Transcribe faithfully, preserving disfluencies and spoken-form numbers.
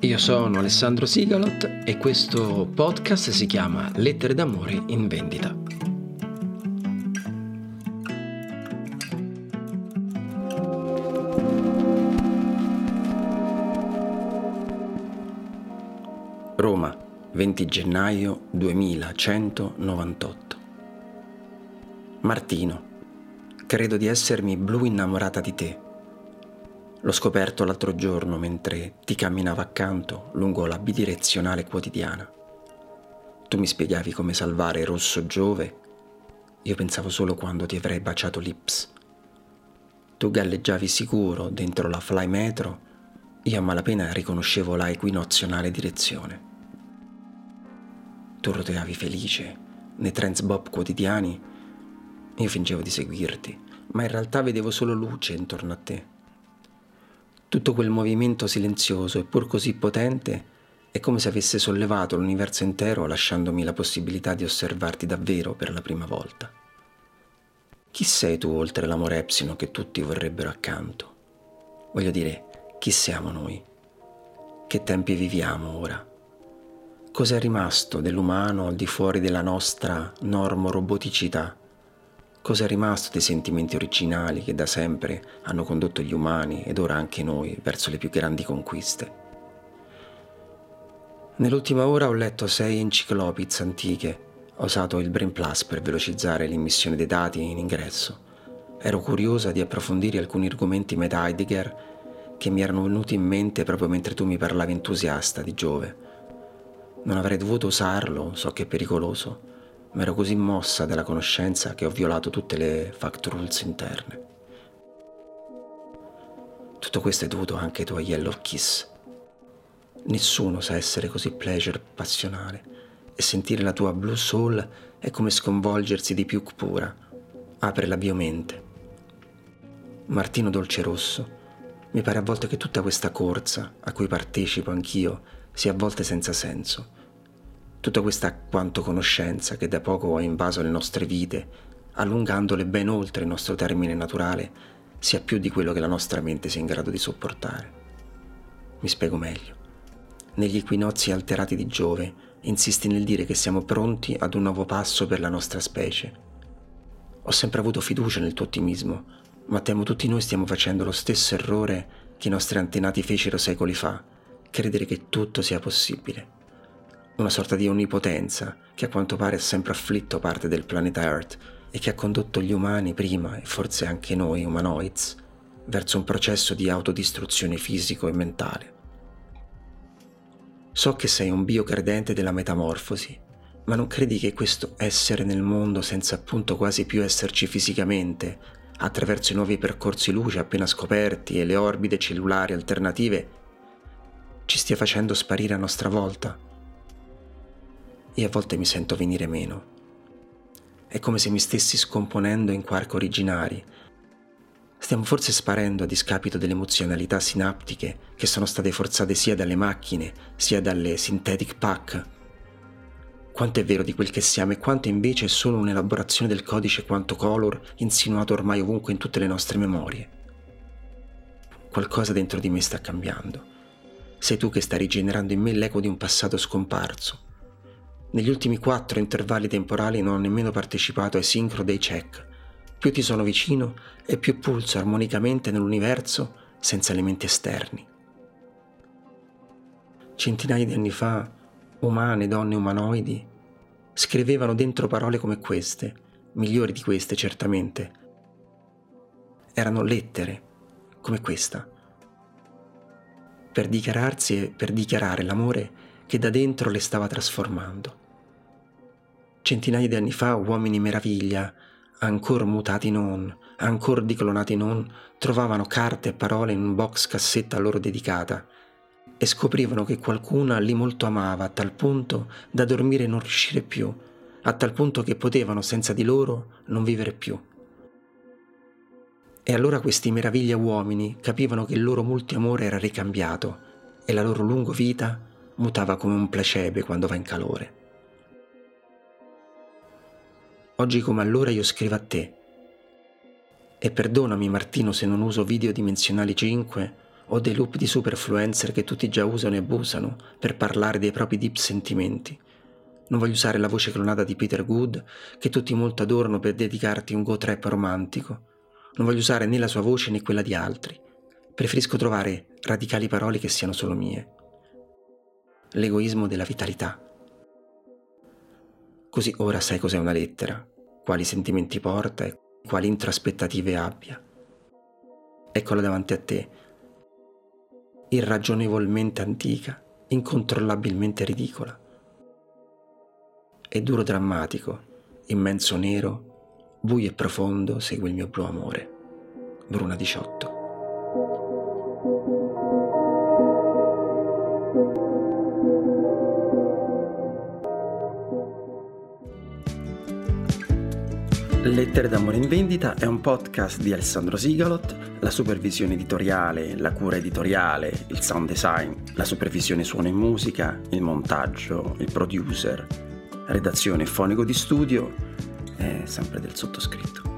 Io sono Alessandro Sigalot e questo podcast si chiama Lettere d'amore in vendita. Roma, venti gennaio duemilacentonovantotto. Martino, credo di essermi blu innamorata di te. L'ho scoperto l'altro giorno mentre ti camminavo accanto lungo la bidirezionale quotidiana. Tu mi spiegavi come salvare Rosso Giove, io pensavo solo quando ti avrei baciato lips. Tu galleggiavi sicuro dentro la Fly Metro, io a malapena riconoscevo la equinozionale direzione. Tu roteavi felice nei Trans Bob quotidiani, io fingevo di seguirti, ma in realtà vedevo solo luce intorno a te. Tutto quel movimento silenzioso e pur così potente è come se avesse sollevato l'universo intero lasciandomi la possibilità di osservarti davvero per la prima volta. Chi sei tu oltre l'amore epsino che tutti vorrebbero accanto? Voglio dire, chi siamo noi? Che tempi viviamo ora? Cos'è rimasto dell'umano al di fuori della nostra normo-roboticità? Cos'è rimasto dei sentimenti originali che da sempre hanno condotto gli umani ed ora anche noi verso le più grandi conquiste? Nell'ultima ora ho letto sei enciclopediche antiche, ho usato il Brain Plus per velocizzare l'immissione dei dati in ingresso. Ero curiosa di approfondire alcuni argomenti meta Heidegger che mi erano venuti in mente proprio mentre tu mi parlavi entusiasta di Giove. Non avrei dovuto usarlo, so che è pericoloso, ma ero così mossa dalla conoscenza che ho violato tutte le fact rules interne. Tutto questo è dovuto anche ai tuoi Yellow Kiss. Nessuno sa essere così pleasure passionale e sentire la tua Blue Soul è come sconvolgersi di più pura. Apre la biomente. Martino Dolcerosso, mi pare a volte che tutta questa corsa a cui partecipo anch'io sia a volte senza senso. Tutta questa quanto conoscenza che da poco ha invaso le nostre vite, allungandole ben oltre il nostro termine naturale, sia più di quello che la nostra mente sia in grado di sopportare. Mi spiego meglio. Negli equinozi alterati di Giove, insisti nel dire che siamo pronti ad un nuovo passo per la nostra specie. Ho sempre avuto fiducia nel tuo ottimismo, ma temo tutti noi stiamo facendo lo stesso errore che i nostri antenati fecero secoli fa, credere che tutto sia possibile. Una sorta di onnipotenza che a quanto pare ha sempre afflitto parte del pianeta Earth e che ha condotto gli umani prima, e forse anche noi umanoids, verso un processo di autodistruzione fisico e mentale. So che sei un biocredente della metamorfosi, ma non credi che questo essere nel mondo senza appunto quasi più esserci fisicamente, attraverso i nuovi percorsi luce appena scoperti e le orbite cellulari alternative, ci stia facendo sparire a nostra volta? E a volte mi sento venire meno. È come se mi stessi scomponendo in quark originari. Stiamo forse sparendo a discapito delle emozionalità sinaptiche che sono state forzate sia dalle macchine sia dalle synthetic pack. Quanto è vero di quel che siamo e quanto invece è solo un'elaborazione del codice quanto color insinuato ormai ovunque in tutte le nostre memorie. Qualcosa dentro di me sta cambiando. Sei tu che stai rigenerando in me l'eco di un passato scomparso. Negli ultimi quattro intervalli temporali non ho nemmeno partecipato ai sincro dei check. Più ti sono vicino e più pulso armonicamente nell'universo senza elementi esterni. Centinaia di anni fa, umane, donne umanoidi, scrivevano dentro parole come queste, migliori di queste certamente. Erano lettere, come questa, per dichiararsi e per dichiarare l'amore che da dentro le stava trasformando. Centinaia di anni fa uomini meraviglia, ancora mutati non, ancora diclonati non, trovavano carte e parole in un box cassetta a loro dedicata e scoprivano che qualcuna li molto amava a tal punto da dormire e non riuscire più, a tal punto che potevano senza di loro non vivere più. E allora questi meraviglia uomini capivano che il loro multiamore era ricambiato e la loro lunga vita mutava come un placebe quando va in calore. Oggi come allora io scrivo a te. E perdonami Martino se non uso video dimensionali cinque o dei loop di superfluencer che tutti già usano e abusano per parlare dei propri deep sentimenti. Non voglio usare la voce clonata di Peter Good che tutti molto adorano per dedicarti un go trap romantico. Non voglio usare né la sua voce né quella di altri. Preferisco trovare radicali parole che siano solo mie. L'egoismo della vitalità. Così ora sai cos'è una lettera, quali sentimenti porta e quali intraspettative abbia. Eccola davanti a te, irragionevolmente antica, incontrollabilmente ridicola. È duro drammatico, immenso nero, buio e profondo, segue il mio blu amore. Bruna diciotto. Lettere d'amore in vendita è un podcast di Alessandro Sigalot, la supervisione editoriale, la cura editoriale, il sound design, la supervisione suono e musica, il montaggio, il producer, redazione e fonico di studio è sempre del sottoscritto.